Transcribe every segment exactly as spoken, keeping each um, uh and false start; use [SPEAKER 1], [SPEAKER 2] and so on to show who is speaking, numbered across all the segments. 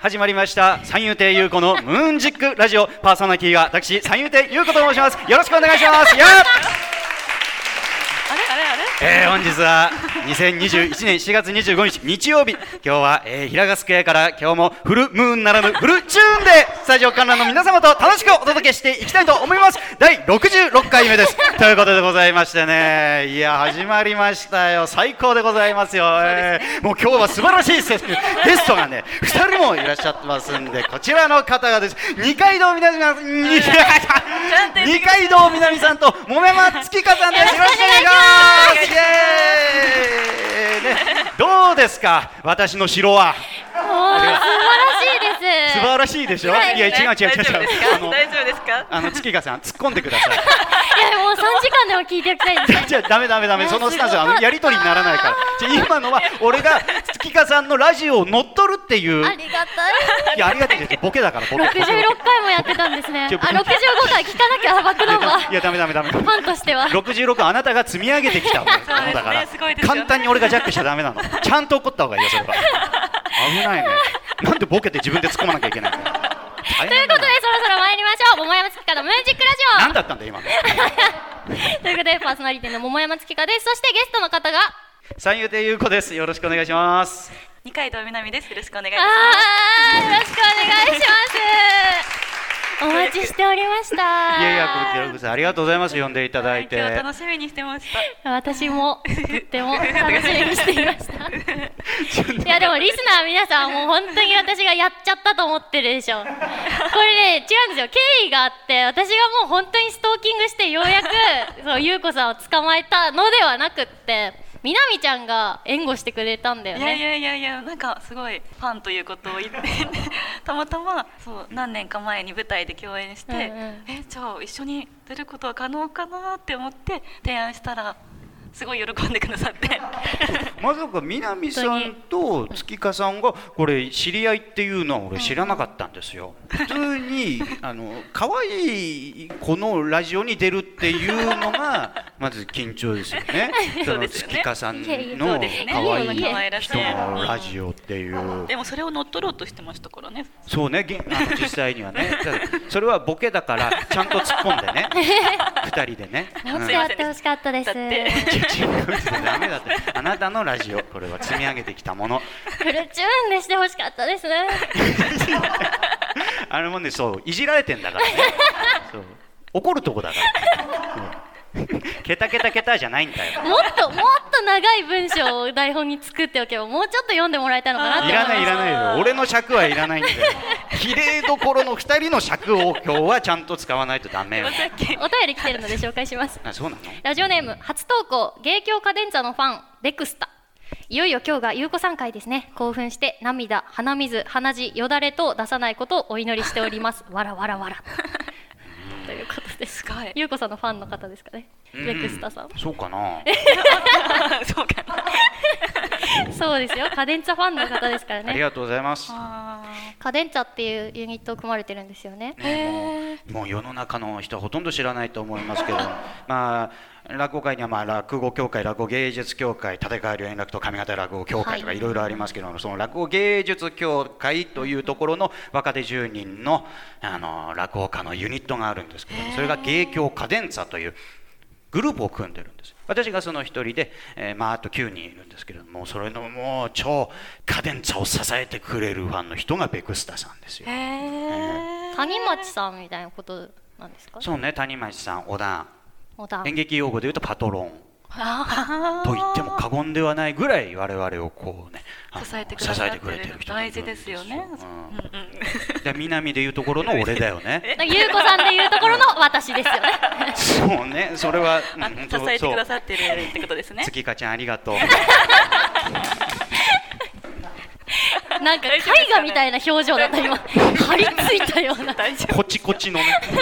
[SPEAKER 1] 始まりました三遊亭優子のムーンジックラジオ、パーソナリティが私三遊亭優子と申します。よろしくお願いします。やっ
[SPEAKER 2] あれあれあれ
[SPEAKER 1] えー、本日はにせんにじゅういちねんしがつにじゅうごにち日曜日、今日は、えー、平賀スクエアから今日もフルムーンならぬフルチューンでスタジオ観覧の皆様と楽しくお届けしていきたいと思います。だいろくじゅうろっかいめですということでございましてね、いや始まりましたよ。最高でございますよ。えー、もう今日は素晴らしいゲストがねふたりもいらっしゃってますんで、こちらの方がです。二階堂みなみさん、二階堂みなみさんと桃山月花さんです。よろしくお願いします。イエーイ、ね、どうですか私の城は。
[SPEAKER 3] 素晴らしいです。
[SPEAKER 1] 素晴らしいでしょ。
[SPEAKER 3] はい、
[SPEAKER 1] いや違う違う違う違う。
[SPEAKER 2] 大丈夫ですか。
[SPEAKER 1] あの月花さん突っ込んでください。
[SPEAKER 3] いやもうさんじかんでも聞いておきたいです。
[SPEAKER 1] じゃダメダメダメ、そのスタンスはあのやり取りにならないから。じゃ今のは俺が月花さんのラジオを乗っ取るっていう。
[SPEAKER 3] ありがたい。
[SPEAKER 1] いやありがたいです。ボケだからボケ。
[SPEAKER 3] ろくじゅうろっかいもやってたんですね。あ、ろくじゅうごかい聞かなきゃ爆弾は。
[SPEAKER 1] いやダメダメダメ。フ
[SPEAKER 3] ァンとしては。
[SPEAKER 1] ろくじゅうろくあなたが積み上げてきたものだから、簡単に俺がジャックしちゃダメなの。ちゃんと怒った方がいいよそれは。危ないね。なんでボケて自分で突っ込まなきゃいけないの。という
[SPEAKER 3] ことでそろそろ参りましょう。桃山月花のムーンジックラジオ。
[SPEAKER 1] 何だったんだ今の。
[SPEAKER 3] ということでパーソナリティの桃山月花です。そしてゲストの方が
[SPEAKER 1] 三遊亭優子です。よろしくお願いします。
[SPEAKER 2] 二階堂みなみです。よろしくお願いします。
[SPEAKER 3] あーよろしくお願いします。お待ちしておりました。
[SPEAKER 1] いやいや、こちらこそありがとうございます。呼んでいただいて。
[SPEAKER 2] 今日楽しみにしてました。
[SPEAKER 3] 私もとっても楽しみにしていました。いやでもリスナー皆さんもう本当に私がやっちゃったと思ってるでしょ。これね違うんですよ。経緯があって、私がもう本当にストーキングしてようやくそう優子さんを捕まえたのではなくって、みなみちゃんが援護してくれたんだよね。
[SPEAKER 2] いやいやいやいや、なんかすごいファンということを言ってたまたまそう何年か前に舞台で共演して、うんうん、えじゃあ一緒に出ることは可能かなって思って提案したらすごい喜んでくださって
[SPEAKER 1] まさかみなみさんと月花さんがこれ知り合いっていうのは俺知らなかったんですよ。普通にあの可愛い子のラジオに出るっていうのがまず緊張ですよね。その月花さんの可愛い人のラジオっていう。
[SPEAKER 2] でもそれを乗っ取ろうとしてましたからね。
[SPEAKER 1] そうね、あの実際にはね。それはボケだからちゃんと突っ込んでね。ふたりでね。
[SPEAKER 3] もっとやってほしかったです。
[SPEAKER 1] 違うダメだって。あなたのラジオ、これは積み上げてきたもの。
[SPEAKER 3] フルチューンでしてほしかったですね。
[SPEAKER 1] あれもね、そういじられてんだからね。そう怒るとこだから。ケタケタケタじゃないんだよ。
[SPEAKER 3] もっともっと長い文章を台本に作っておけばもうちょっと読んでもらえたのかなって思います。
[SPEAKER 1] いらないいらないよ。俺の尺はいらないんだよ。綺麗どころのふたりの尺を今日はちゃんと使わないとダメよ。
[SPEAKER 3] お便り来てるので紹介します。
[SPEAKER 1] あ、そうなの。
[SPEAKER 3] ラジオネーム初投稿、芸協カデンツァのファンベクスタ。いよいよ今日が優子さん会ですね。興奮して涙、鼻水、鼻血、よだれと出さないことをお祈りしております。わらわらわらということです。優子さんのファンの方ですかね、ベクスタさん。
[SPEAKER 1] そうかな。
[SPEAKER 2] そうかな。
[SPEAKER 3] そうですよ、カデンツァファンの方ですからね。
[SPEAKER 1] ありがとうございます。
[SPEAKER 3] カデンツァっていうユニットを組まれてるんですよね。
[SPEAKER 1] ねもう、もう世の中の人はほとんど知らないと思いますけどまあ落語界にはまあ落語協会、落語芸術協会、立川流円楽と上方落語協会とかいろいろありますけど、はい、その落語芸術協会というところの若手じゅうにんの、あの落語家のユニットがあるんですけど、それが芸協カデンツァというグループを組んでるんです。私がその一人で、えー、まああときゅうにんいるんですけれども、それのもう超カデンツァを支えてくれるファンの人がベクスタさんですよ。
[SPEAKER 3] へー、谷町さんみたいなことなんですか。
[SPEAKER 1] そうね、谷町さん、おだん、演劇用語で言うとパトロンと言っても過言ではないぐらい我々をこうね
[SPEAKER 2] 支えてくれてる人
[SPEAKER 1] 大
[SPEAKER 2] 事ですよね。
[SPEAKER 1] で南でいうところの俺だよね。
[SPEAKER 3] 優子さんでいうところの私ですよね。
[SPEAKER 1] そうね、それは、
[SPEAKER 2] うん、支えてくださってるってことですね。
[SPEAKER 1] 月花ちゃんありがとう。
[SPEAKER 3] なんか絵画みたいな表情だった今。張り付いたような。
[SPEAKER 1] こちこちのね。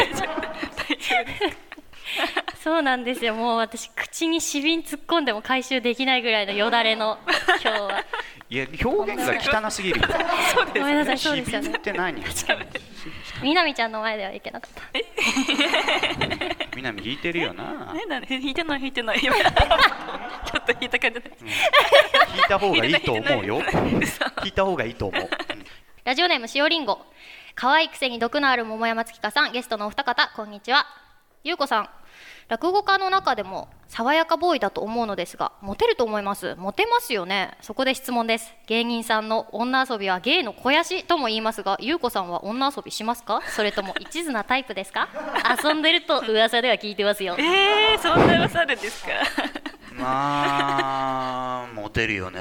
[SPEAKER 3] そうなんですよ。もう私口に紙瓶突っ込んでも回収できないぐらいのよだれの今日は。
[SPEAKER 1] いや表現が汚すぎる。
[SPEAKER 2] そうです。
[SPEAKER 3] ごめんなさい、そうですよね。
[SPEAKER 1] って何？
[SPEAKER 3] みなみちゃんの前ではいけなかった。
[SPEAKER 1] みなみ弾いてるよな。
[SPEAKER 2] ね、なんで弾いてない弾いてない。ちょっと弾いた感じです。
[SPEAKER 1] 弾いた方がいいと思うよ。弾いた方がいいと思う。
[SPEAKER 3] ラジオネームしおりんご。可愛いくせに毒のある桃山月花さん、ゲストのお二方、こんにちは。ゆうこさん、落語家の中でも爽やかボーイだと思うのですが、モテると思います？モテますよね。そこで質問です。芸人さんの女遊びは芸の肥やしとも言いますが、ゆうこさんは女遊びしますか？それとも一途なタイプですか？遊んでると噂では聞いてますよ。
[SPEAKER 2] えー、そんな噂あるんですか？
[SPEAKER 1] まあモテるよね。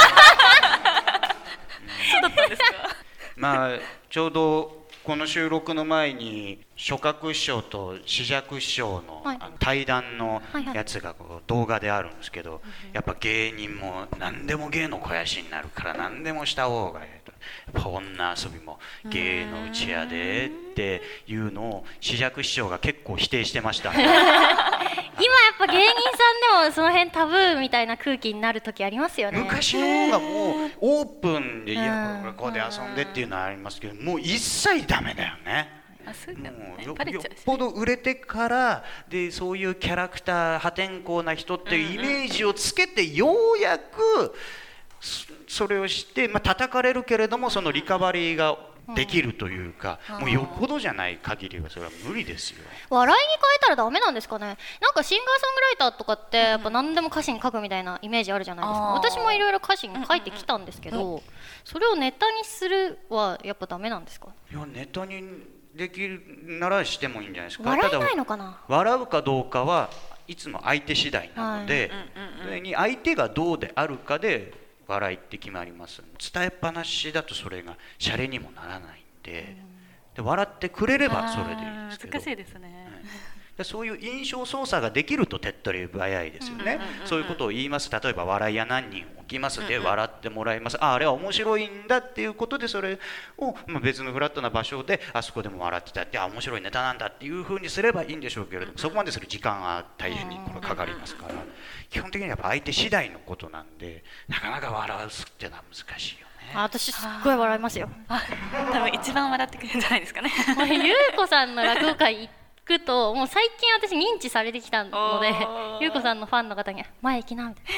[SPEAKER 2] そうだったんですか？
[SPEAKER 1] まあちょうどこの収録の前に諸角師匠と枝雀師匠の、はい、あの対談のやつがこう動画であるんですけど、やっぱ芸人も何でも芸の肥やしになるから何でもした方がいいと、やっぱ女遊びも芸のうちやでっていうのを枝雀師匠が結構否定してました。
[SPEAKER 3] 今やっぱ芸人さんでもその辺タブーみたいな空気になる時ありますよね。
[SPEAKER 1] 昔の方がもうオープンで、いやこれここで遊んでっていうのはありますけど、もう一切ダメだよね。
[SPEAKER 2] あ、そうだよね。
[SPEAKER 1] もう よ,
[SPEAKER 2] バレちゃうし
[SPEAKER 1] よっぽど売れてからで、そういうキャラクター破天荒な人っていうイメージをつけて、ようやくそれをして、まあ叩かれるけれどもそのリカバリーができるというか、うん、もうよっぽどじゃない限りはそれは無理ですよ。
[SPEAKER 3] 笑いに変えたらダメなんですかね。なんかシンガーソングライターとかってやっぱ何でも歌詞に書くみたいなイメージあるじゃないですか。私もいろいろ歌詞に書いてきたんですけど、それをネタにするはやっぱダメなんですか？い
[SPEAKER 1] や、ネタにできるならしてもいいんじゃないですか。
[SPEAKER 3] 笑えないのかな。
[SPEAKER 1] 笑うかどうかはいつも相手次第なので、それに相手がどうであるかで笑いって決まります。伝えっぱなしだとそれがシャレにもならないんで、で笑ってくれればそれでいいんですけど。
[SPEAKER 2] 難しいですね。
[SPEAKER 1] でそういう印象操作ができると手っ取り早いですよね。そういうことを言います。例えば笑いや何人起きますで笑ってもらいます。ああれは面白いんだっていうことで、それを、まあ、別のフラットな場所であそこでも笑ってたって、あ面白いネタなんだっていうふうにすればいいんでしょうけれども、そこまでする時間は大変にこれかかりますから、基本的にはやっぱ相手次第のことなんで、なかなか笑うっていうのは難しいよね。
[SPEAKER 3] あ、私すっごい笑いますよ。
[SPEAKER 2] 多分一番笑ってくれるんじゃないですかね。
[SPEAKER 3] ゆうこさんの落語会行くと、もう最近私認知されてきたので、ゆうこさんのファンの方に前行きなみた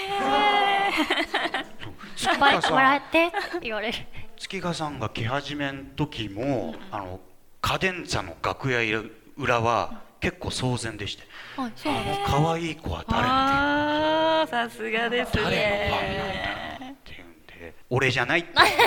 [SPEAKER 3] いな、笑ってって言われる。
[SPEAKER 1] 月花さんが来始めん時も、あのカデンツァの楽屋裏は結構騒然でして、はい、そうあの可愛い子は誰っていう、
[SPEAKER 2] あさすがですね。
[SPEAKER 1] 誰のファンなんだろうっていうんで、俺じゃないって言うけど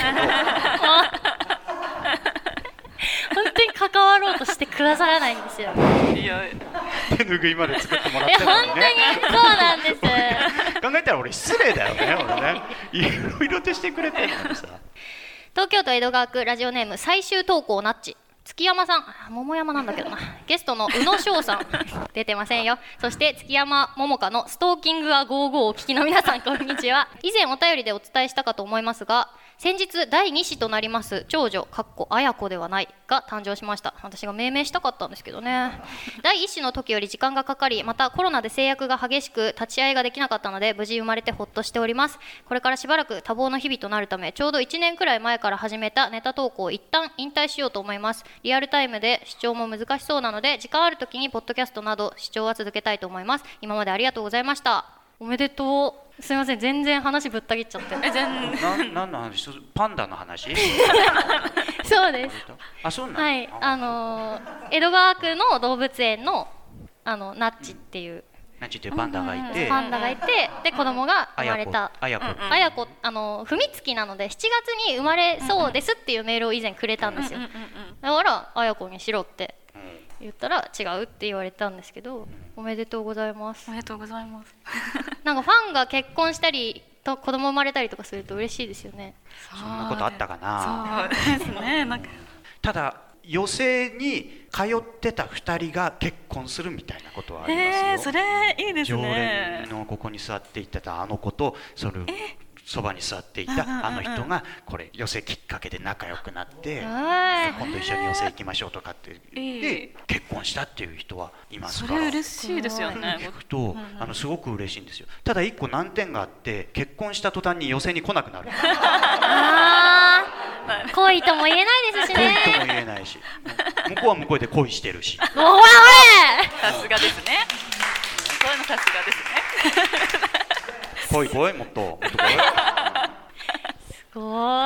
[SPEAKER 3] 本当に関わろうとしてくださらないんですよ。
[SPEAKER 2] いや
[SPEAKER 1] 手ぬぐいまで作ってもらってるのにね。
[SPEAKER 3] 本当にそうなんです。
[SPEAKER 1] 考えたら俺失礼だよね。俺ね、いろいろとしてくれてるのにさ。
[SPEAKER 3] 東京都江戸川区ラジオネーム最終投稿ナッチ。月山さん、桃山なんだけどな。ゲストの宇野翔さん出てませんよ。そして月山桃香のストーキングはゴーゴーをお聞きの皆さん、こんにちは。以前お便りでお伝えしたかと思いますが、先日だいに子となります長女かっこ綾子ではないが誕生しました。私が命名したかったんですけどね。だいいっ子の時より時間がかかり、またコロナで制約が激しく立ち会いができなかったので、無事生まれてほっとしております。これからしばらく多忙な日々となるため、ちょうどいちねんくらい前から始めたネタ投稿を一旦引退しようと思います。リアルタイムで視聴も難しそうなので、時間ある時にポッドキャストなど視聴は続けたいと思います。今までありがとうございました。おめでとう。すみません、全然話ぶった切っちゃって。え、全
[SPEAKER 1] 然。何の話？パンダの話？
[SPEAKER 3] そうです。
[SPEAKER 1] あ、そうなん。
[SPEAKER 3] はい、あのー、江戸川区の動物園のあのナッチっていう。
[SPEAKER 1] ナッチっていうパンダがいて。
[SPEAKER 3] パンダがいて、で子供が生まれた。
[SPEAKER 1] あやこ。
[SPEAKER 3] あやこ、あの踏みつきなのでしちがつに生まれそうですっていうメールを以前くれたんですよ。だからあやこにしろって言ったら違うって言われたんですけど、おめでとうございます。
[SPEAKER 2] おめでとうございます。
[SPEAKER 3] なんかファンが結婚したりと子供生まれたりとかすると嬉しいですよね。
[SPEAKER 1] そんなことあったかな。
[SPEAKER 2] そうですね。なんか
[SPEAKER 1] ただ寄席に通ってたふたりが結婚するみたいなことはありますよ。
[SPEAKER 2] えー、それいいですね。
[SPEAKER 1] 常連のここに座っていたあの子とそれそばに座っていたあの人がこれ寄席きっかけで仲良くなって今度一緒に寄席行きましょうとかってで結婚したっていう人はいますから、
[SPEAKER 2] それ嬉しいですよね。
[SPEAKER 1] 聞くとあのすごく嬉しいんですよ。ただ一個難点があって、結婚した途端に寄席に来なくなる。
[SPEAKER 3] あー、恋とも言えないですしね。
[SPEAKER 1] 恋とも言えないし、向こうは向こうで恋してるし。
[SPEAKER 3] おいおい、
[SPEAKER 2] さすがですね。そういうのさすがですね。
[SPEAKER 1] 来い来い、もっともっと来い。
[SPEAKER 3] すごい。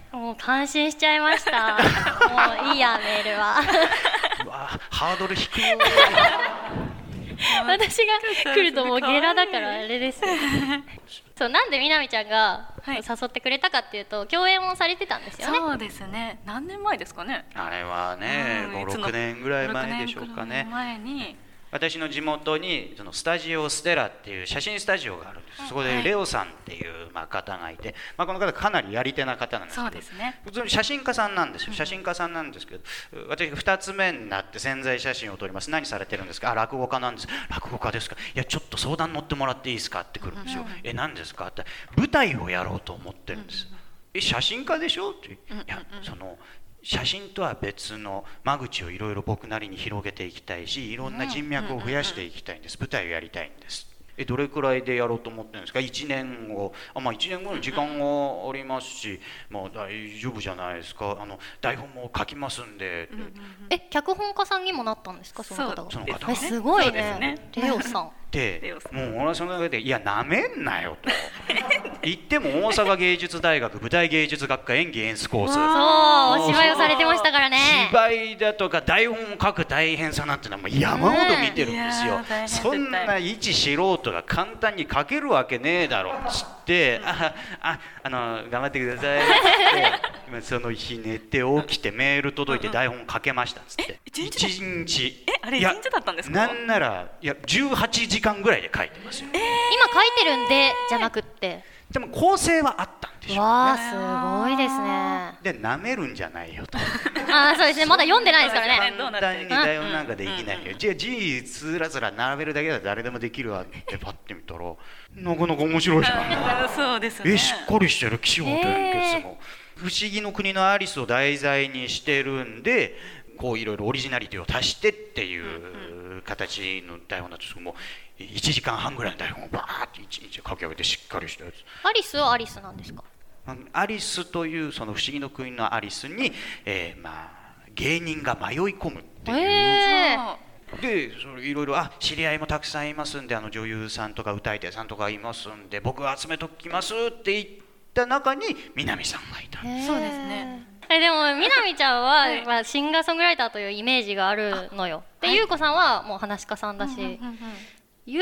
[SPEAKER 3] もう感心しちゃいましたもういいやメールは
[SPEAKER 1] うわハードル低いよ
[SPEAKER 3] 私が来るともうゲラだからあれですよそうなんでみなみちゃんが誘ってくれたかっていうと共演もされてたんですよね。
[SPEAKER 2] そうですね。何年前ですかね。
[SPEAKER 1] あれはね、
[SPEAKER 2] うん
[SPEAKER 1] ご、ろくねんぐらい前でしょうかね。
[SPEAKER 2] 前に
[SPEAKER 1] 私の地元にそのスタジオステラっていう写真スタジオがあるんです。そこでレオさんっていうまあ方がいて、まあ、この方かなりやり手な方なんですけど、
[SPEAKER 2] そうですね、
[SPEAKER 1] 普通に写真家さんなんですよ。写真家さんなんですけど、私がふたつめになって宣材写真を撮ります。何されてるんですか。あ、落語家なんです。落語家ですか。いやちょっと相談乗ってもらっていいですかって来るんですよ。うんうん、え何ですかって、舞台をやろうと思ってるんです。うんうん、え写真家でしょって、うんうんうん、いやその写真とは別の間口をいろいろ僕なりに広げていきたいし、いろんな人脈を増やしていきたいんです。舞台をやりたいんです。えどれくらいでやろうと思ってるんですか。いちねんご、あ、まあ、いちねんごの時間がありますし、まあ、大丈夫じゃないですか。あの台本も書きますんで、うんうんうん、
[SPEAKER 3] え脚本家さんにもなったんですか。その方が
[SPEAKER 1] その方が、
[SPEAKER 3] ね、すごい ね,
[SPEAKER 2] ね
[SPEAKER 3] レオさん
[SPEAKER 1] でもう俺はその中でいやなめんなよと言っても大阪芸術大学舞台芸術学科演技演出コース、
[SPEAKER 3] そうお芝居をされてましたからね。
[SPEAKER 1] 芝居だとか台本を書く大変さなんてのはもう山ほど見てるんですよ、ね、そんな一素人が簡単に書けるわけねえだろっつってあああの頑張ってくださいってその日寝て起きてメール届いて台本書けましたっつって
[SPEAKER 2] いちにち
[SPEAKER 1] いちにち
[SPEAKER 2] えあれいちにちだったんですか。
[SPEAKER 1] なんならいやじゅうはちじかんぐらいで書いてますよ、
[SPEAKER 3] えー、今書いてるんでじゃなくって
[SPEAKER 1] でも構成はあったんでしょうね。
[SPEAKER 3] わあすごいですね。
[SPEAKER 1] で舐めるんじゃないよと
[SPEAKER 3] あそうですね、まだ読んでないですからね。
[SPEAKER 1] 簡単に台本なんかできないよ、じゃあ字つらつら並べるだけだと誰でもできるわってパッて見たらなかなか面白いじゃん
[SPEAKER 2] そうですね。
[SPEAKER 1] えしっかりしてる起承転結も、えー、不思議の国のアリスを題材にしてるんでこういろいろオリジナリティを足してっていう形の台本だとするともういちじかんはんぐらいの台本をバーッといちにち書き上げてしっかりしたやつ。
[SPEAKER 3] アリスはアリスなんですか。
[SPEAKER 1] アリスというその不思議の国のアリスに、えー、まあ芸人が迷い込むっていう、
[SPEAKER 3] え
[SPEAKER 1] ー、でそれいろいろあ知り合いもたくさんいますんであの女優さんとか歌い手さんとかいますんで僕が集めときますって言った中に南さんがいたんです。
[SPEAKER 2] そうですね。
[SPEAKER 3] えでもみなみちゃんは、
[SPEAKER 2] はい
[SPEAKER 3] まあ、シンガーソングライターというイメージがあるのよ。で、はい、ゆうこさんはもう話し家さんだし、うんうんうんうん、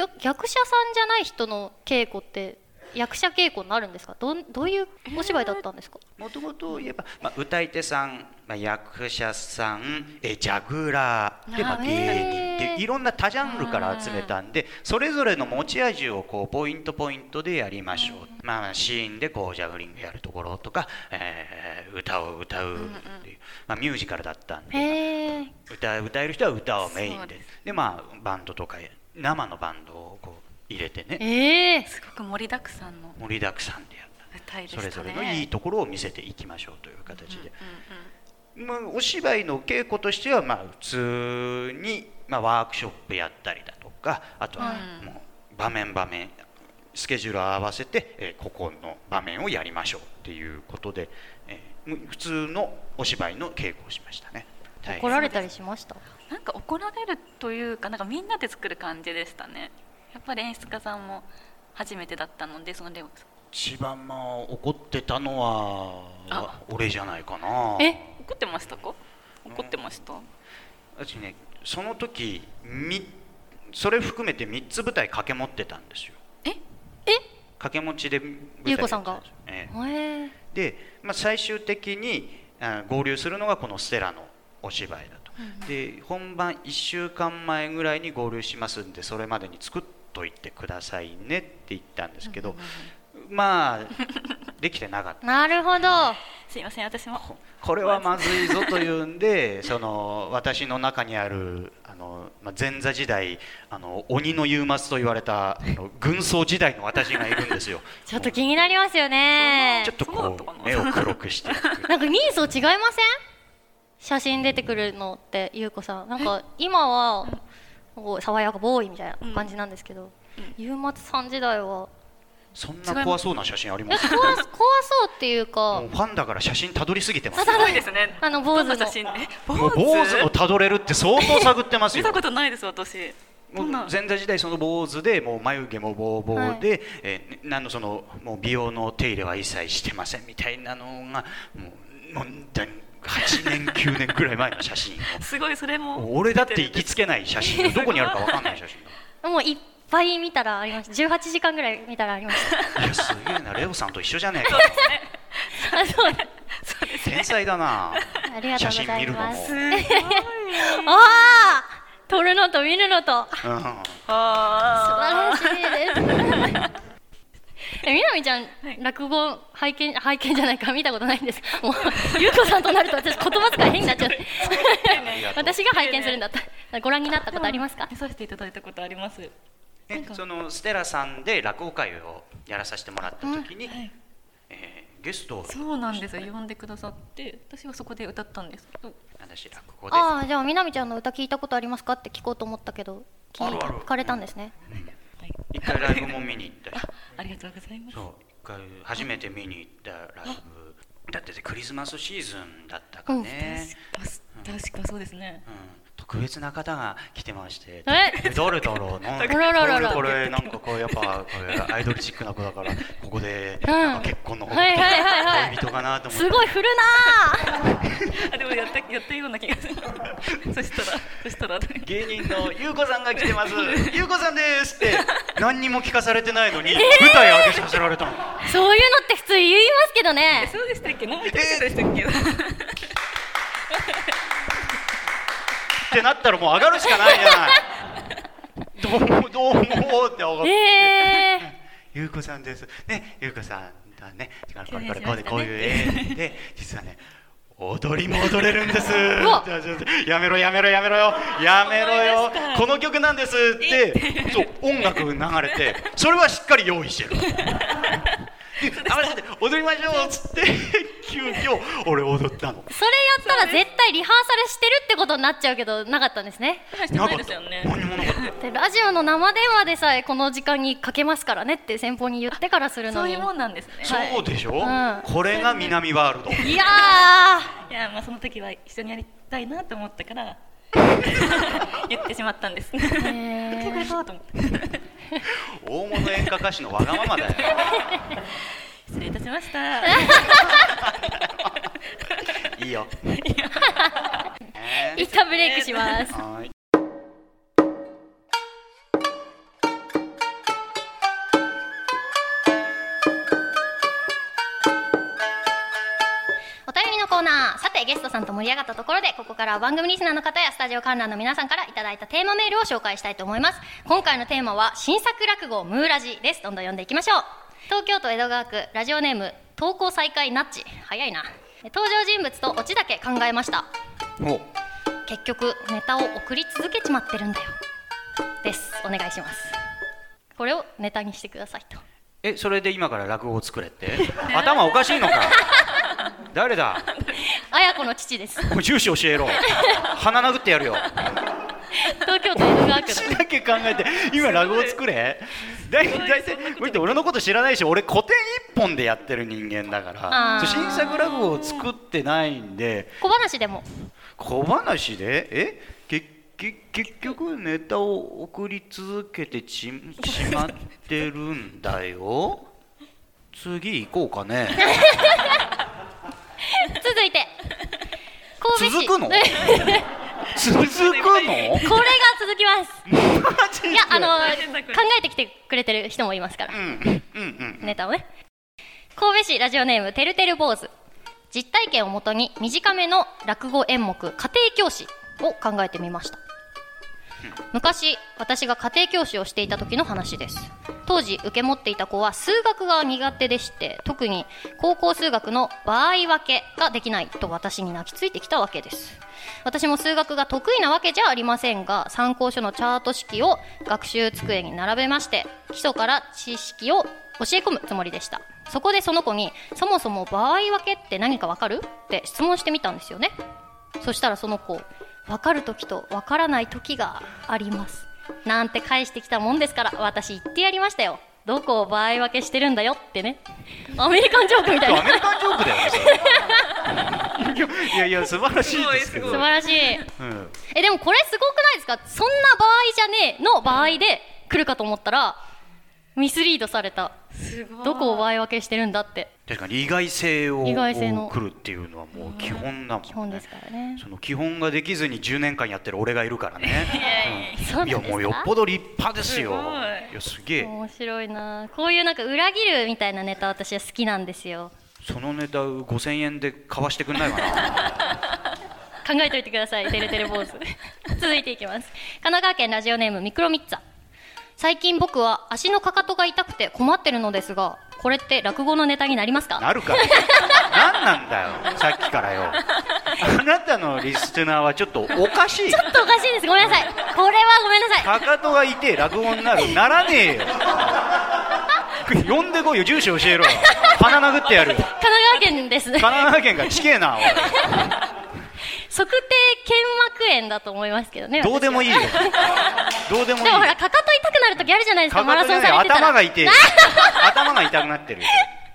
[SPEAKER 3] 役者さんじゃない人の稽古って役者稽古になるんですか。 ど, どういうお芝居だったんですか。
[SPEAKER 1] もともと言えば、まあ、歌い手さん、まあ、役者さんえジャグラーで、まあ、芸人っていろんな多ジャンルから集めたんでそれぞれの持ち味をこうポイントポイントでやりましょう、まあ、シーンでこうジャグリングやるところとか、えー、歌を歌うっていう、まあ、ミュージカルだったんで、歌, 歌える人は歌をメインで で, で、まあ、バンドとか生のバンドをこう入れてね、
[SPEAKER 3] えー、
[SPEAKER 2] すごく盛りだくさんの
[SPEAKER 1] 盛りだくさんでやった
[SPEAKER 2] ね、
[SPEAKER 1] それぞれのいいところを見せていきましょうという形で、うんうんうんまあ、お芝居の稽古としてはまあ普通に、まあ、ワークショップやったりだとかあとはもう場面場面スケジュールを合わせて、えー、ここの場面をやりましょうっていうことで、えー、普通のお芝居の稽古をしましたね。
[SPEAKER 3] 怒られたりしました。
[SPEAKER 2] なんか怒られるというか、なんかみんなで作る感じでしたね。やっぱり演出家さんも初めてだったので、そのレオ
[SPEAKER 1] 一番まあ怒ってたのは俺じゃないかな。
[SPEAKER 2] え、怒ってましたか？怒ってました。
[SPEAKER 1] 私ね、その時みそれ含めてみっつ舞台掛け持ってたんですよ。
[SPEAKER 3] え？え？
[SPEAKER 1] 掛け持ちで舞台
[SPEAKER 3] ゆうこさんが。
[SPEAKER 1] ええ、で、まあ、最終的にあ合流するのがこのステラのお芝居だと、うん、で本番いっしゅうかんまえぐらいに合流しますんでそれまでに作っといてくださいねって言ったんですけど、うんうんうん、まあできてなかった。
[SPEAKER 3] なるほど。
[SPEAKER 2] すいません、私も
[SPEAKER 1] これはまずいぞというんでその私の中にあるあの、まあ、前座時代あの鬼の夕末と言われたあの軍曹時代の私がいるんですよ。
[SPEAKER 3] ちょっと気になりますよね。
[SPEAKER 1] ちょっとこう目を黒くして
[SPEAKER 3] なんか人相違いません？写真出てくるのってゆうこさんなんか今は爽やかボーイみたいな感じなんですけど、うん、夕末さん時代は
[SPEAKER 1] そんな怖そうな写真あります？
[SPEAKER 3] 怖, 怖そうっていうか
[SPEAKER 1] もうファンだから写真たどりすぎてます。
[SPEAKER 2] すごいですね。
[SPEAKER 3] あの坊主の
[SPEAKER 2] 写真ね。
[SPEAKER 1] 坊主をたどれるって相当探ってますよ。
[SPEAKER 2] 見たことないです私。
[SPEAKER 1] もう前座時代その坊主でもう眉毛もボーボーで、はい、えー、何のそのもう美容の手入れは一切してませんみたいなのがもうもうはちねんきゅうねんぐらい前の写真
[SPEAKER 2] すごい。それも
[SPEAKER 1] 俺だって行きつけない写真どこにあるか分かんない写真
[SPEAKER 3] だもういっぱい見たらありました。じゅうはちじかんぐらい見たらありました
[SPEAKER 1] いやすげえな、レオさんと一緒じゃねえか
[SPEAKER 3] あそう
[SPEAKER 2] そうですね、
[SPEAKER 1] 天才だな。
[SPEAKER 3] ありがとうございます。
[SPEAKER 2] すごい
[SPEAKER 3] ああ撮るのと見るのと、うん、あ素晴らしいですえみなみちゃん、はい、落語拝見拝見じゃないか見たことないんです。もうゆうこさんとなると私言葉遣い変になっちゃう私が拝見するんだったらご覧になったことありますか？
[SPEAKER 2] 見させていただいたことあります。
[SPEAKER 1] えそのステラさんで落語会をやらさせてもらった時に、うん、はい、えー、ゲストを
[SPEAKER 2] そうなんですよ、呼んでくださって私はそこで歌ったんですけど、
[SPEAKER 1] 私落語で
[SPEAKER 3] ああじゃあみなみちゃんの歌聞いたことありますかって聞こうと思ったけど聞いた聞かれたんですね。
[SPEAKER 1] うんうん、一回ライブも見に行ったし
[SPEAKER 2] あ, ありがとうございます。
[SPEAKER 1] そう一回初めて見に行ったライブだってクリスマスシーズンだったかね、
[SPEAKER 2] うん、確, か確かそうですね、
[SPEAKER 1] うん、特別な方が来てまして
[SPEAKER 3] え
[SPEAKER 1] 誰だろうな
[SPEAKER 3] これ
[SPEAKER 1] これなんかこうやっぱこれアイドルチックな子だからここで
[SPEAKER 3] うん、
[SPEAKER 1] なんか結婚の報告
[SPEAKER 3] はいはいはいはい、
[SPEAKER 1] 恋人かなと思って
[SPEAKER 3] すごい振るな
[SPEAKER 2] あでもやったやったような気がするそしたらそしたら
[SPEAKER 1] 芸人のゆうこさんが来てますゆうこさんですって何にも聞かされてないのに、えー、舞台上げさせられたの。
[SPEAKER 3] そういうのって普通言いますけどね。
[SPEAKER 2] そうでしたっけ、飲みたいでしたっけ、えー
[SPEAKER 1] ってなったらもう上がるしかないじゃないどうもどうもって上がって、えー、ゆうこさんですね、ゆうこさんだね、これこれこうでこういう絵で実はね踊りも踊れるんですやめろやめろやめろよやめろよこの曲なんですってそう音楽流れてそれはしっかり用意してる合わせて踊りましょうっつって急遽俺踊ったの。
[SPEAKER 3] それやったら絶対リハーサルしてるってことになっちゃうけどなかったんですね。
[SPEAKER 2] してないですよね。
[SPEAKER 1] 何もなかった
[SPEAKER 3] でラジオの生電話でさえこの時間にかけますからねって先方に言ってからするのに
[SPEAKER 2] そういうもんなんですね。
[SPEAKER 1] そうでしょ、
[SPEAKER 3] はい、
[SPEAKER 1] これが南ワールド。
[SPEAKER 3] いや
[SPEAKER 2] ーいやまあその時は一緒にやりたいなと思ったから言ってしまったんです。来てくれたと思って
[SPEAKER 1] 大物演歌歌手のわがままだよ
[SPEAKER 2] 失礼いたしました
[SPEAKER 1] いいよ
[SPEAKER 3] 一旦ブレイクします。
[SPEAKER 1] はい
[SPEAKER 3] コーナー。さてゲストさんと盛り上がったところでここからは番組リスナーの方やスタジオ観覧の皆さんからいただいたテーマメールを紹介したいと思います。今回のテーマは新作落語ムーラジです。どんどん読んでいきましょう。東京都江戸川区ラジオネーム投稿再開ナッチ。早いな。登場人物とオチだけ考えました。
[SPEAKER 1] お
[SPEAKER 3] 結局ネタを送り続けちまってるんだよです。お願いします。これをネタにしてくださいと。
[SPEAKER 1] えそれで今から落語を作れって頭おかしいのか誰だ。
[SPEAKER 3] 綾子の父です。
[SPEAKER 1] 住所教えろ鼻殴ってやるよ
[SPEAKER 3] 東京都江戸川区
[SPEAKER 1] のだけ考えて今落語作れだいたい俺のこと知らないし俺古典一本でやってる人間だから新作落語を作ってないんで。
[SPEAKER 3] 小話でも
[SPEAKER 1] 小話でえ結結局ネタを送り続けて ち, しまってるんだよ次行こうかね
[SPEAKER 3] 続いて神戸市
[SPEAKER 1] 続くの続くのこれが
[SPEAKER 3] 続きますいやあの考えてきてくれてる人もいますから、うんうんうん、ネタをね。神戸市ラジオネームてるてる坊主。実体験をもとに短めの落語演目家庭教師を考えてみました。昔私が家庭教師をしていた時の話です。当時受け持っていた子は数学が苦手でして、特に高校数学の場合分けができないと私に泣きついてきたわけです。私も数学が得意なわけじゃありませんが、参考書のチャート式を学習机に並べまして基礎から知識を教え込むつもりでした。そこでその子にそもそも場合分けって何かわかるって質問してみたんですよね。そしたらその子、分かる時と分からない時がありますなんて返してきたもんですから、私言ってやりましたよ。どこを場合分けしてるんだよってね。アメリカンジョークみたいな
[SPEAKER 1] アメリカンジョークだよねいやいや素晴らしいですけど。
[SPEAKER 3] 素晴らしい、
[SPEAKER 1] うん、
[SPEAKER 3] えでもこれすごくないですか。そんな場合じゃねえの場合で来るかと思ったらミスリードされた。
[SPEAKER 2] すごい。
[SPEAKER 3] どこを場合分けしてるんだって。
[SPEAKER 1] 確かに意外性を
[SPEAKER 3] 意外性の
[SPEAKER 1] 来るっていうのはもう基本だもんね。
[SPEAKER 3] 基本ですからね。
[SPEAKER 1] その基本ができずにじゅうねんかんやってる俺がいるからね。
[SPEAKER 3] そうなんですか。
[SPEAKER 1] いやもうよっぽど立派ですよ。
[SPEAKER 2] すごい。
[SPEAKER 1] いやすげえ。
[SPEAKER 3] 面白いな。こういうなんか裏切るみたいなネタ私は好きなんですよ。
[SPEAKER 1] そのネタごせんえんで買わしてくんないかな。
[SPEAKER 3] 考えておいてください。てるてる坊主。続いていきます。神奈川県ラジオネームミクロミッツァ。最近僕は足のかかとが痛くて困ってるのですが、これって落語のネタになりますか？
[SPEAKER 1] なるか。何なんだよさっきからよ。あなたのリスナーはちょっとおかしい。
[SPEAKER 3] ちょっとおかしいです。ごめんなさい。これはごめんなさい。
[SPEAKER 1] かかとが痛い落語になるならねえよ。呼んでこいよ、住所教えろよ。鼻殴ってやるよ。
[SPEAKER 3] 神奈川県です。
[SPEAKER 1] 神奈川県がちけえな。おい
[SPEAKER 3] 測定腱膜炎だと思いますけどね。
[SPEAKER 1] どうでもいいよ。どうでもいい。
[SPEAKER 3] でもほらかかと痛くなる時あるじゃないですか。マラソンされてたら
[SPEAKER 1] 頭が痛い。頭が痛くなってる。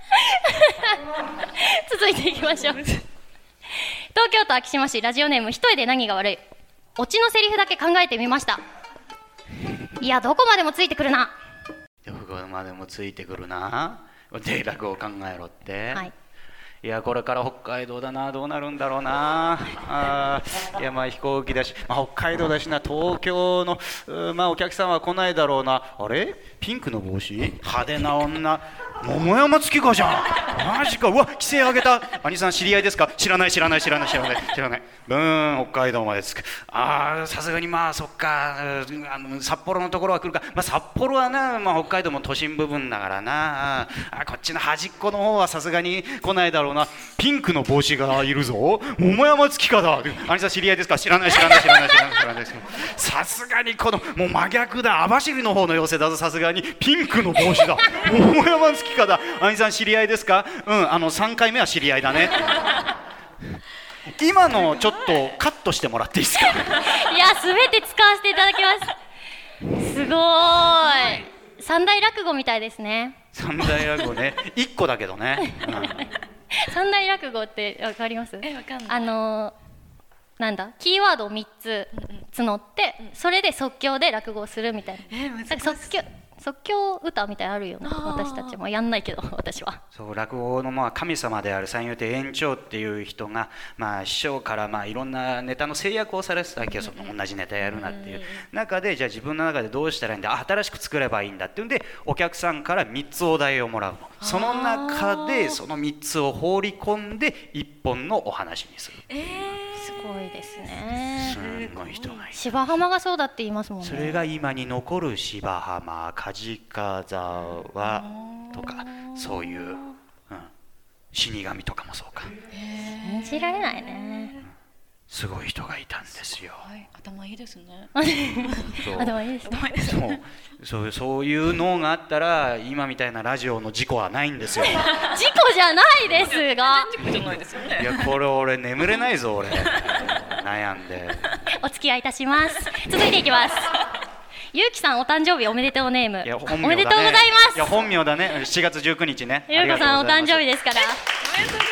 [SPEAKER 3] 続いていきましょう。東京都昭島市ラジオネーム一重で何が悪い。オチのセリフだけ考えてみました。いやどこまでもついてくるな。
[SPEAKER 1] どこまでもついてくるな。で落語を考えろって、
[SPEAKER 3] はい、
[SPEAKER 1] いやこれから北海道だな、どうなるんだろうなあ。いやまあ飛行機だし、まあ、北海道だしな、東京のまあお客さんは来ないだろうな。あれピンクの帽子派手な女、桃山月花じゃん。マジか。うわ規制上げた。兄さん知り合いですか？知らない知らない知らない知らない知らない。ブーン北海道までつく。ああさすがにまあそっか、あの札幌のところは来るか。まあ札幌はな、まあ、北海道も都心部分だからな。あこっちの端っこの方はさすがに来ないだろうな。ピンクの帽子がいるぞ。桃山月花だ。兄さん知り合いですか？知らない知らない知らない知らない知らない。さすがにこのもう真逆だ。網走の方の妖精だぞ。さすがにピンクの帽子だ。桃山月花だ。兄さん知り合いですか？うんあのさんかいめは知り合いだね。今のちょっとカットしてもらっていいですか？
[SPEAKER 3] いやすべて使わせていただきます。すごーい。三大落語みたいですね。
[SPEAKER 1] 三大落語ね。いっこだけどね、うん、
[SPEAKER 3] 三大落語ってわかります？
[SPEAKER 2] えわかんない。
[SPEAKER 3] あのー、なんだキーワードをみっつ募って、うんうん、それで即興で落語をするみたいな。
[SPEAKER 2] え難しい。
[SPEAKER 3] 即興即興歌みたいなのあるよね。私たちもやんないけど私は。
[SPEAKER 1] そう落語のまあ神様である三遊亭圓朝っていう人が、まあ、師匠からまあいろんなネタの制約をされてたわけど、その同じネタやるなっていう中で、じゃあ自分の中でどうしたらいいんだ、新しく作ればいいんだっていうんでお客さんからみっつお題をもらうの。その中でそのみっつを放り込んでいっぽんのお話にする。
[SPEAKER 2] えー、
[SPEAKER 3] すごいですね。
[SPEAKER 1] すごい人がいる。
[SPEAKER 3] 芝浜がそうだって言いますもんね。
[SPEAKER 1] それが今に残る芝浜、梶沢とかそういう、うん、死神とかもそうか。
[SPEAKER 3] 信じられないね、うん、
[SPEAKER 1] すごい人がいたんですよ。
[SPEAKER 2] はい、頭いいですね。
[SPEAKER 3] 頭いいですね。
[SPEAKER 1] そうそうそういうのがあったら今みたいなラジオの事故はないんですよ。
[SPEAKER 3] 事故じゃないですが。
[SPEAKER 2] 事故じゃないですよね。
[SPEAKER 1] いやこれ俺眠れないぞ俺。悩んで。
[SPEAKER 3] お付き合いいたします。続いていきます。ゆうきさんお誕生日おめでとうネーム。
[SPEAKER 1] いや本名だね、
[SPEAKER 3] おめでとうございます。
[SPEAKER 1] いや本名だね。しちがつじゅうくにちね。
[SPEAKER 3] ゆうこさんお誕生日ですから。
[SPEAKER 2] おめでとうございます。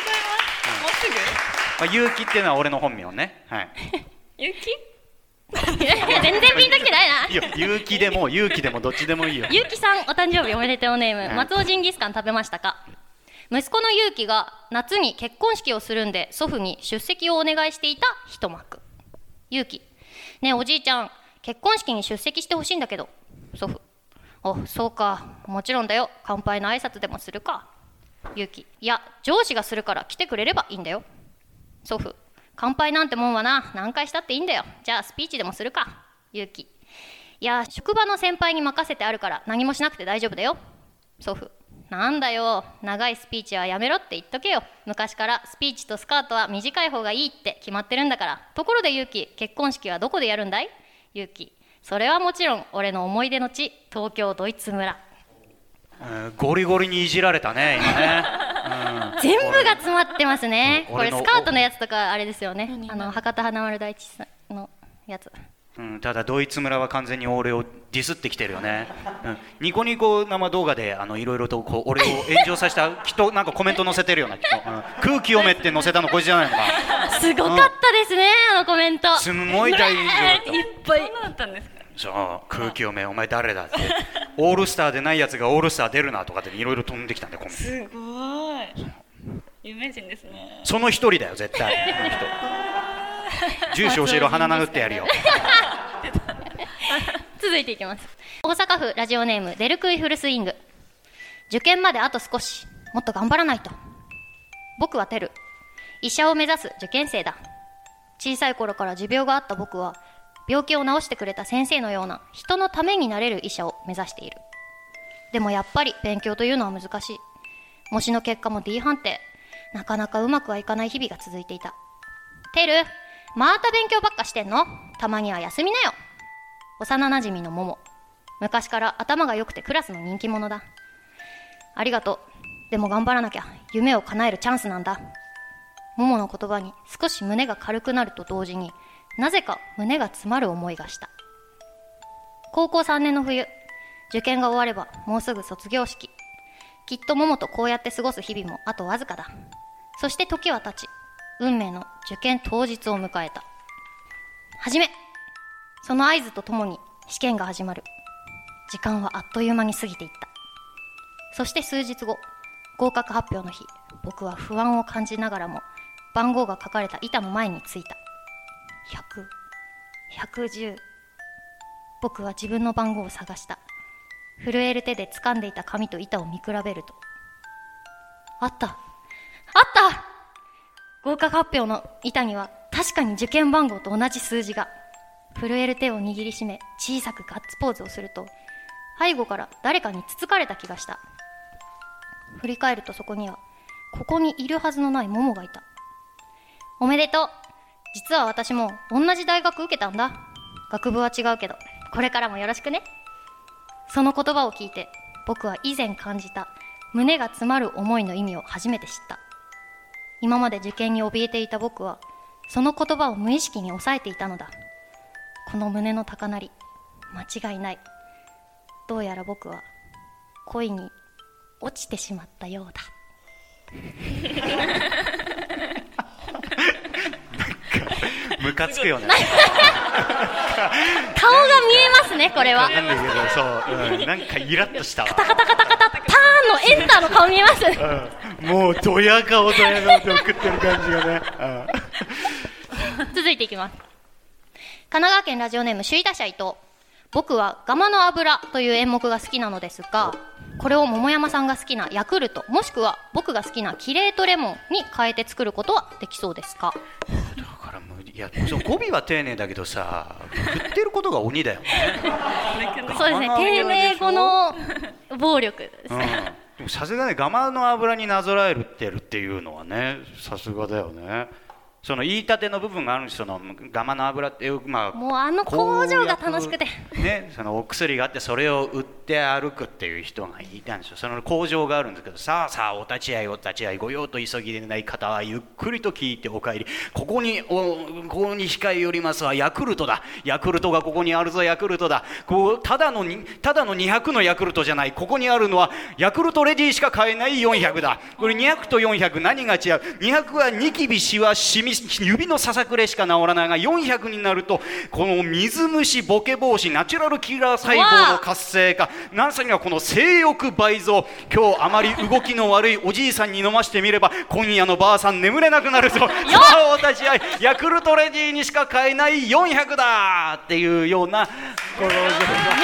[SPEAKER 2] もうすぐ？
[SPEAKER 1] まあ、ゆうきっていうのは俺の本名ね。はい。
[SPEAKER 2] ゆうき？
[SPEAKER 3] いやいや全然ピンときてないな。
[SPEAKER 1] いやゆうきでもゆうきでもどっちでもいいよ。
[SPEAKER 3] ゆうきさんお誕生日おめでとうネーム。松尾ジンギスカン食べましたか？息子のゆうきが夏に結婚式をするんで祖父に出席をお願いしていた一幕。ゆうき、ねえおじいちゃん結婚式に出席してほしいんだけど。祖父、おそうかもちろんだよ、乾杯の挨拶でもするか。ゆうき、いや上司がするから来てくれればいいんだよ。祖父、乾杯なんてもんはな何回したっていいんだよ、じゃあスピーチでもするか。ゆうき、いや職場の先輩に任せてあるから何もしなくて大丈夫だよ。祖父、なんだよ長いスピーチはやめろって言っとけよ、昔からスピーチとスカートは短い方がいいって決まってるんだから。ところでゆうき、結婚式はどこでやるんだい？ゆうき、それはもちろん俺の思い出の地東京ドイツ村。
[SPEAKER 1] うん、ゴリゴリにいじられたね今ね、
[SPEAKER 3] うん、全部が詰まってますね。これスカートのやつとかあれですよね、
[SPEAKER 2] 何
[SPEAKER 3] あの博多華丸大吉さんのやつ
[SPEAKER 1] うん、ただドイツ村は完全に俺をディスってきてるよね、うん、ニコニコ生動画であのいろいろとこう俺を炎上させた人なんかコメント載せてるような人、うん、空気読めって載せたのこいつじゃないのか。
[SPEAKER 3] すごかったですね、うん、あのコメント
[SPEAKER 1] すごい大炎上だった。
[SPEAKER 2] いっぱいそうだったんですか。
[SPEAKER 1] そう空気読めお前誰だってオールスターでないやつがオールスター出るなとかっていろいろ飛んできたんでコメント。
[SPEAKER 2] すごい有名人ですね。
[SPEAKER 1] その一人だよ絶対この人住所教えろ鼻殴ってやるよ
[SPEAKER 3] 続いていきます。大阪府ラジオネームデルクイフルスイング。受験まであと少し、もっと頑張らないと。僕はテル、医者を目指す受験生だ。小さい頃から持病があった僕は病気を治してくれた先生のような人のためになれる医者を目指している。でもやっぱり勉強というのは難しい。模試の結果も D 判定、なかなかうまくはいかない日々が続いていた。テル、また勉強ばっかしてんの？たまには休みなよ。幼なじみのモモ。昔から頭が良くてクラスの人気者だ。ありがとう。でも頑張らなきゃ。夢を叶えるチャンスなんだ。モモの言葉に少し胸が軽くなると同時に、なぜか胸が詰まる思いがした。高校さんねんの冬、受験が終わればもうすぐ卒業式。きっとモモとこうやって過ごす日々もあとわずかだ。そして時は経ち、運命の受験当日を迎えた。はじめ。その合図とともに試験が始まる。時間はあっという間に過ぎていった。そして数日後、合格発表の日、僕は不安を感じながらも番号が書かれた板の前に着いた。ひゃく、ひゃくじゅう。僕は自分の番号を探した。震える手で掴んでいた紙と板を見比べると、あったあった合格発表の板には確かに受験番号と同じ数字が。震える手を握りしめ小さくガッツポーズをすると、背後から誰かにつつかれた気がした。振り返るとそこにはここにいるはずのないモモがいた。おめでとう。実は私も同じ大学受けたんだ。学部は違うけどこれからもよろしくね。その言葉を聞いて僕は以前感じた胸が詰まる思いの意味を初めて知った。今まで受験に怯えていた僕はその言葉を無意識に抑えていたのだ。この胸の高鳴り、間違いない。どうやら僕は恋に落ちてしまったようだ。
[SPEAKER 1] なんかムカつくよね。
[SPEAKER 3] 顔が見えますね、これは。
[SPEAKER 1] なんだけど、そう、うん、なんかイラッとしたわ。
[SPEAKER 3] カタカタカタカタターンのエンターの顔見えます、
[SPEAKER 1] うん、もうドヤ顔ドヤ顔で送ってる感じがね、
[SPEAKER 3] うん、続いていきます。神奈川県ラジオネーム首位打者伊藤。僕はガマの油という演目が好きなのですが、これを桃山さんが好きなヤクルト、もしくは僕が好きなキレートレモンに変えて作ることはできそうですか？
[SPEAKER 1] だから無理。いや、そう語尾は丁寧だけどさ、振ってることが鬼だよね。
[SPEAKER 3] そうですね、丁寧語の暴力ですね。
[SPEAKER 1] うん、さすがね、ガマの油になぞらえるってるっていうのはね、さすがだよね。その言いたての部分があるんです。そのガマの油っていう、まあ、
[SPEAKER 3] もうあの工場が楽しくて
[SPEAKER 1] ね、そのお薬があってそれを売って歩くっていう人がいたんですよ。その工場があるんですけど、さあさあお立ち会いお立ち会い、ご用と急ぎでない方はゆっくりと聞いてお帰り。ここにおここに控え寄りますはヤクルトだ。ヤクルトがここにあるぞ。ヤクルトだ。こうただのにただのにひゃくのヤクルトじゃない。ここにあるのはヤクルトレディしか買えないよんひゃくだ。これにひゃくとよんひゃく何が違う？にひゃくはニキビシワシミ指のささくれしか治らないが、よんひゃくになるとこの水虫ボケ防止ナチュラルキラー細胞の活性化、なんさにはこの性欲倍増。今日あまり動きの悪いおじいさんに飲ましてみれば今夜のばあさん眠れなくなるぞ。さあお立ち会い、ヤクルトレディにしか買えないよんひゃくだっていうようなこのめちゃ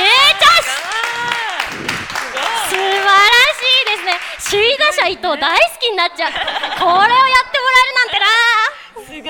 [SPEAKER 3] 素晴らしいですね。首位打者伊藤大好きになっちゃう。これをやってもらえるなんてな。
[SPEAKER 2] すごい。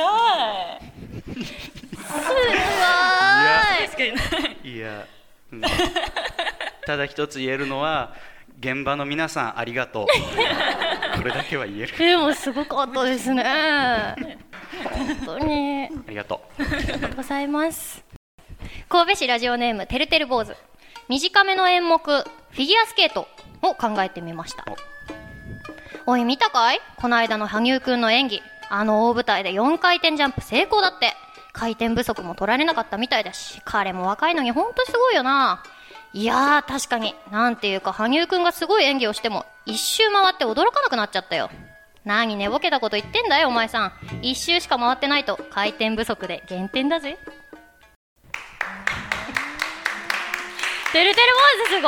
[SPEAKER 3] すごい。
[SPEAKER 2] 確かにない。
[SPEAKER 1] いや、うん、ただ一つ言えるのは現場の皆さんありがとう。これだけは言える。
[SPEAKER 3] でもすごかったですね。本当に
[SPEAKER 1] ありがとう。
[SPEAKER 3] ありがとうございます。神戸市ラジオネームてるてる坊主。短めの演目フィギュアスケートを考えてみました。お, おい見たかい？この間の羽生くんの演技。あの大舞台でよんかい転ジャンプ成功だって。 回転不足も取られなかったみたいだし、彼も若いのにほんとすごいよな。いやー確かに、なんていうか羽生くんがすごい演技をしても一周回って驚かなくなっちゃったよ。何寝ぼけたこと言ってんだよお前さん。一周しか回ってないと回転不足で減点だぜ。てるてる坊主すごい。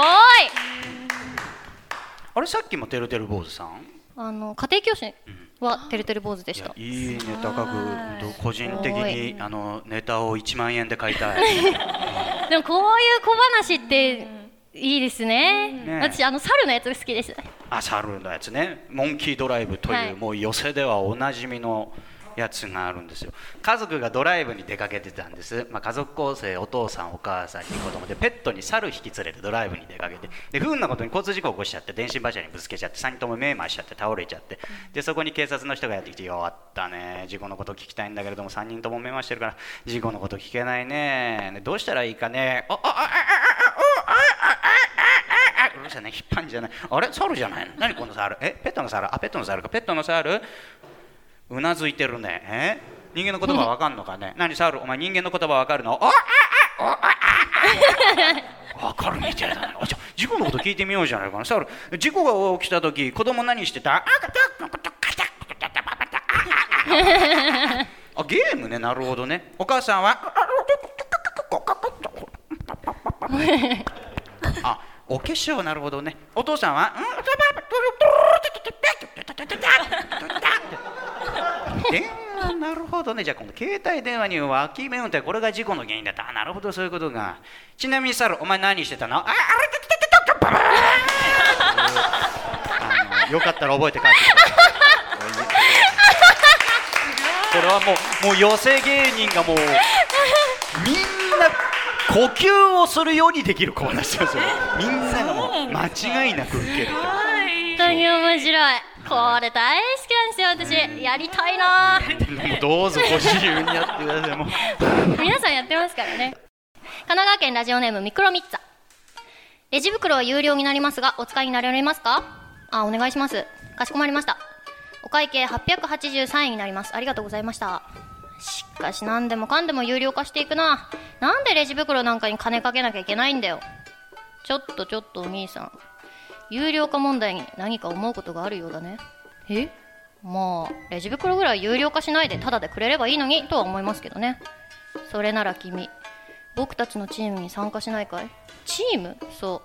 [SPEAKER 1] あれさっきもてるてる坊主さん、
[SPEAKER 3] あの家庭教師はてるてる坊主でした。
[SPEAKER 1] いいネタ書く。個人的にあのネタをいちまんえんで買いたい。
[SPEAKER 3] でもこういう小話っていいですね。
[SPEAKER 1] ね、
[SPEAKER 3] 私あの猿のやつが好きです。
[SPEAKER 1] あ、猿のやつね。モンキードライブという、はい、もう寄席ではおなじみのやつがあるんですよ。家族がドライブに出かけてたんです、まあ、家族構成お父さんお母さんに子供でペットに猿引き連れてドライブに出かけて、で不運なことに交通事故を起こしちゃって電信柱にぶつけちゃってさんにんとも目回しちゃって倒れちゃって、でそこに警察の人がやってきて、弱ったね、事故のこと聞きたいんだけれどもさんにんとも目回してるから事故のこと聞けないね、どうしたらいいかね、ああああああうるさいね、引っ張んじゃない、あれ猿じゃないの、何この猿、えペットの猿、あペットの猿か、ペットの猿、うなずいてるね、え人間の言葉わかんのかね、何猿、お前人間の言葉わかるの、ああああわかるみたいだね、あじゃ事故のこと聞いてみようじゃないかな、猿、事故が起きた時子供何してた、あゲームね、なるほどね、お母さんはあお化粧、なるほどね、お父さんは電話、なるほどね、じゃあ今度携帯電話に脇目運転、これが事故の原因だった、あなるほどそういうことが。ちなみに猿、お前何してたの、ああれあのよかったら覚えて帰ってください。これはもうもう寄席芸人がもうみんな呼吸をするようにできる小話ですよ。みんながもう間違いなく受ける。
[SPEAKER 3] 本当に面白い。これ大好きなんですよ私。やりたいな。
[SPEAKER 1] もうどうぞご自由にやってください。もう
[SPEAKER 3] 皆さんやってますからね。神奈川県ラジオネームミクロミッツァ。レジ袋は有料になりますがお使いになられますか。あ、お願いします。かしこまりました。お会計はっぴゃくはちじゅうさんえんになります。ありがとうございました。しかし何でもかんでも有料化していくな。なんでレジ袋なんかに金かけなきゃいけないんだよ。ちょっとちょっとお兄さん、有料化問題に何か思うことがあるようだね。え、まあレジ袋ぐらい有料化しないでタダでくれればいいのにとは思いますけどね。それなら君、僕たちのチームに参加しないかい。チーム？そう、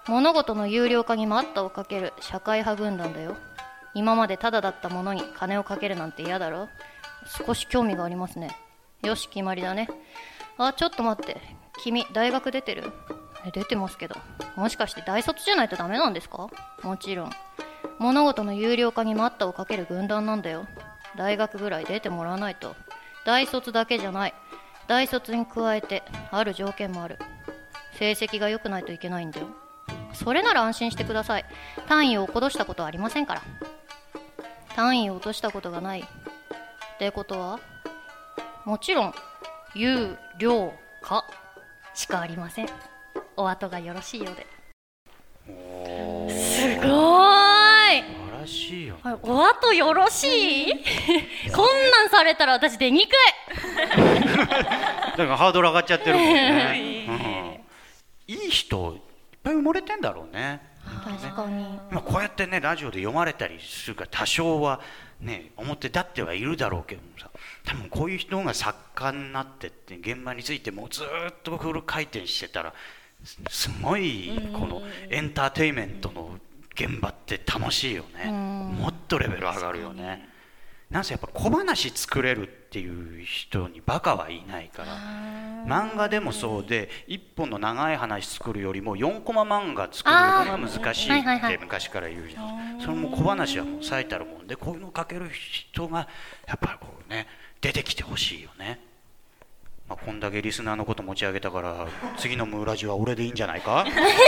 [SPEAKER 3] 物事の有料化に待ったをかける社会派軍団だよ。今までタダだったものに金をかけるなんて嫌だろ。少し興味がありますね。よし、決まりだね。あ、ちょっと待って、君大学出てる？え、出てますけど。もしかして大卒じゃないとダメなんですか？もちろん。物事の有料化に待ったをかける軍団なんだよ。大学ぐらい出てもらわないと。大卒だけじゃない。大卒に加えてある条件もある。成績が良くないといけないんだよ。それなら安心してください。単位を落っことしたことはありませんから。単位を落としたことがないってことは、もちろん有料化しかありません。お後がよろしいようで。
[SPEAKER 1] お
[SPEAKER 3] すごーい。
[SPEAKER 1] 素晴らしいよ、ね、
[SPEAKER 3] お後よろしいこんなんされたら私出にくい
[SPEAKER 1] だからハードル上がっちゃってるもんね、うん、いい人いっぱい埋もれてんだろうね。
[SPEAKER 3] 確かに、
[SPEAKER 1] まあ、こうやってねラジオで読まれたりするから多少はね表立ってはいるだろうけどもさ、多分こういう人が作家になってって現場についてもうずっとフル回転してたらすごいこのエンターテインメントの現場って楽しいよね。もっとレベル上がるよね。なんせやっぱ小話作れるっていう人にバカはいないから、漫画でもそうで一本の長い話作るよりもよんコマ漫画作るのが難しいって昔から言うじゃん。それも小話はもう最たるもんで、こういうのを書ける人がやっぱりこうね出てきてほしいよね。まあ、こんだけリスナーのこと持ち上げたから次のムーラジは俺でいいんじゃないか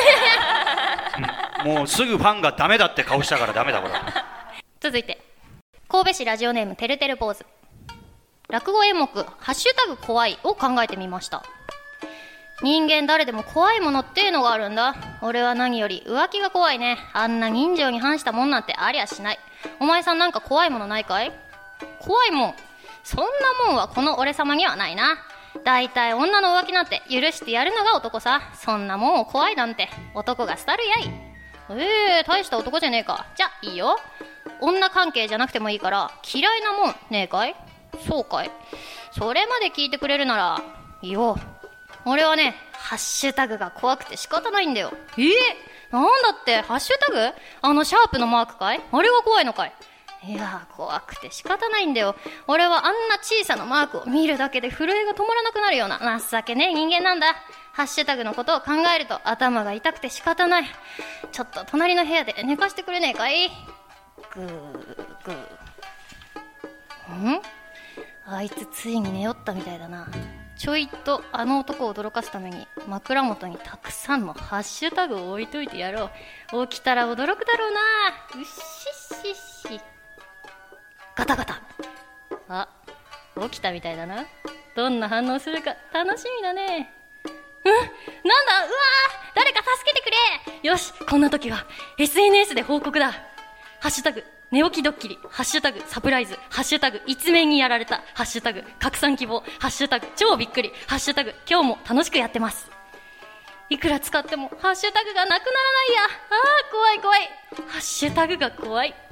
[SPEAKER 1] もうすぐファンがダメだって顔したからダメだこれ。
[SPEAKER 3] 続いて神戸市ラジオネームてるてる坊主。落語演目ハッシュタグ怖いを考えてみました。人間誰でも怖いものっていうのがあるんだ。俺は何より浮気が怖いね。あんな人情に反したもんなんてありゃしない。お前さんなんか怖いものないかい？怖いもんそんなもんはこの俺様にはないな。だいたい女の浮気なんて許してやるのが男さ。そんなもんを怖いなんて男が廃るやい。えー、大した男じゃねえか。じゃいいよ、女関係じゃなくてもいいから嫌いなもんねえかい。そうかい。それまで聞いてくれるならいいよ。俺はね、ハッシュタグが怖くて仕方ないんだよ。えー、なんだってハッシュタグ、あのシャープのマークかい、あれが怖いのかい。いや怖くて仕方ないんだよ。俺はあんな小さなマークを見るだけで震えが止まらなくなるような情けねえ人間なんだ。ハッシュタグのことを考えると頭が痛くて仕方ない。ちょっと隣の部屋で寝かしてくれねえかい。ぐーぐー。ん？あいつついに寝よったみたいだな。ちょいとあの男を驚かすために枕元にたくさんのハッシュタグを置いといてやろう。起きたら驚くだろうな。うっしっしっし。ガタガタ。あ、起きたみたいだな。どんな反応するか楽しみだね。うん、なんだ、うわー、誰か助けてくれ。よし、こんな時は エスエヌエス で報告だ。ハッシュタグ寝起きドッキリ、ハッシュタグサプライズ、ハッシュタグ一面にやられた、ハッシュタグ拡散希望、ハッシュタグ超びっくり、ハッシュタグ今日も楽しくやってます。いくら使ってもハッシュタグがなくならないや。あー、怖い怖い。ハッシュタグが怖い。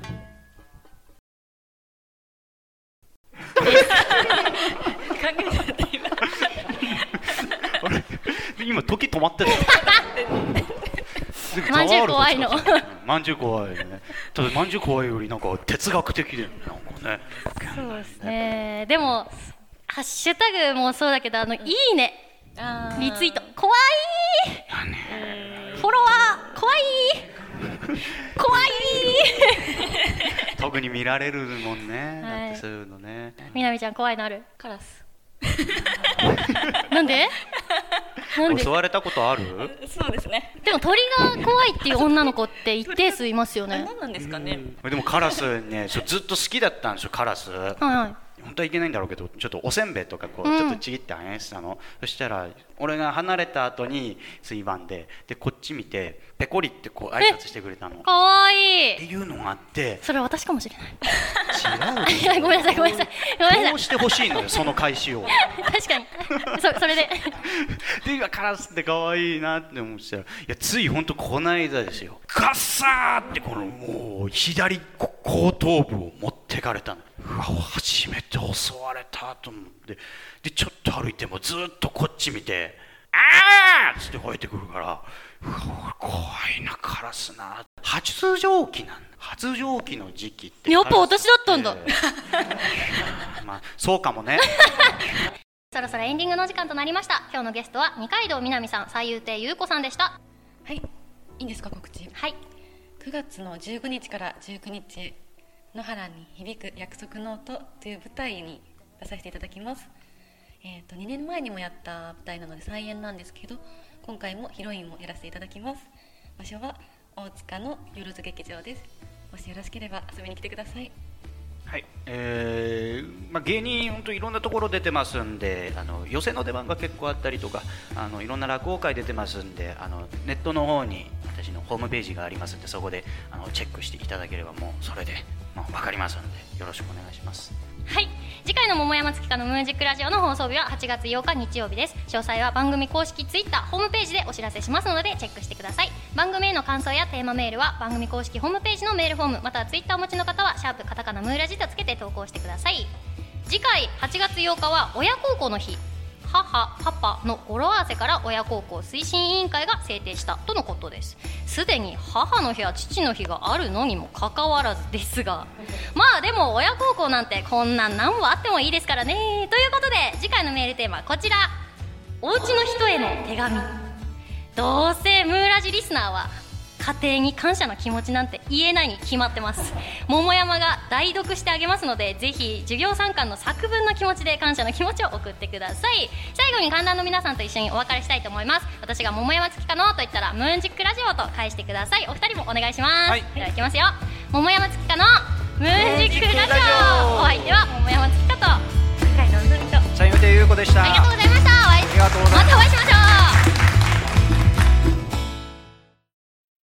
[SPEAKER 2] 考えちゃった今
[SPEAKER 1] あれ今時止まってた
[SPEAKER 3] まんじゅう怖いの。
[SPEAKER 1] まんじゅう怖いね。ただまんじゅう怖いよりなんか哲学的でなんかね。
[SPEAKER 3] そうですね。でもハッシュタグもそうだけど、あの、うん、いいね、リツイート怖い。フォロワー怖い怖い
[SPEAKER 1] 特に見られるもんね、
[SPEAKER 3] はい、
[SPEAKER 1] だってそういうのね。
[SPEAKER 3] みなみちゃん怖いのある？
[SPEAKER 2] カラス
[SPEAKER 3] なんで？なんで？
[SPEAKER 1] 襲われたことある？
[SPEAKER 2] そうですね。
[SPEAKER 3] でも鳥が怖いっていう女の子って一定数いますよね。
[SPEAKER 2] 何なんですかね。
[SPEAKER 1] でもカラスね、ずっと好きだったんですよ、カラス。はいはい。本当はいけないんだろうけど、ちょっとおせんべいとかこう、うん、ちょっとちぎってあげてたの。そしたら俺が離れた後に水盤ででこっち見てペコリってこう挨拶してくれたの。
[SPEAKER 3] かわいい
[SPEAKER 1] っていうのがあって。
[SPEAKER 3] それ私かもしれない。
[SPEAKER 1] 違う。
[SPEAKER 3] ごめんなさいごめんなさいごめんなさい。
[SPEAKER 1] どうしてほしいのよその返しを。
[SPEAKER 3] 確かに。そそれで。
[SPEAKER 1] でカラスって可愛いなって思ってたら、いやつい本当この間ですよ。ガッサーってこのもう左後頭部を持ってかれたの。うわ初めて襲われたと思って、でちょっと歩いてもずっとこっち見てあーっつって吠えてくるから、うわ怖いなカラスな。発情期なんだ。発情期の時期って
[SPEAKER 3] やっぱ私だったんだ。
[SPEAKER 1] まあそうかもね。
[SPEAKER 3] そろそろエンディングの時間となりました。今日のゲストは二階堂みなみさん、三遊亭優子さんでした。
[SPEAKER 2] はい、いいんですか告知。
[SPEAKER 3] はい。
[SPEAKER 2] くがつのじゅうごにちからじゅうくにち、野原に響く約束の音という舞台に出させていただきます。えーとにねんまえにもやった舞台なので再演なんですけど、今回もヒロインもやらせていただきます。場所は大塚のよろず劇場です。もしよろしければ遊びに来てください。
[SPEAKER 1] はい、えーまあ、芸人本当いろんなところ出てますんで、あの寄席の出番が結構あったりとか、あのいろんな落語会出てますんで、あのネットの方に私のホームページがありますんで、そこであのチェックしていただければもうそれで、まあ、分かりますのでよろしくお願いします。
[SPEAKER 3] はい、次回の桃山月花のムーンジックラジオの放送日ははちがつようか日曜日です。詳細は番組公式ツイッターホームページでお知らせしますのでチェックしてください。番組への感想やテーマメールは番組公式ホームページのメールフォーム、またはツイッターをお持ちの方はシャープカタカナムーラジとつけて投稿してください。次回はちがつようかは親孝行の日。母パパの語呂合わせから親孝行推進委員会が制定したとのことです。すでに母の日や父の日があるのにもかかわらずですが、まあでも親孝行なんてこんなん何もあってもいいですからね。ということで次回のメールテーマはこちら、お家の人への手紙。どうせムーラジリスナーは家庭に感謝の気持ちなんて言えないに決まってます。桃山が代読してあげますので、ぜひ授業参観の作文の気持ちで感謝の気持ちを送ってください。最後に観覧の皆さんと一緒にお別れしたいと思います。私が桃山月花のと言ったらムーンジックラジオと返してください。お二人もお願いします、はい、ではいきますよ。桃山月花のムーンジックラジオ、お相手は桃山月花と高井のんのみと
[SPEAKER 1] 三遊亭優子でした。
[SPEAKER 3] ありがとう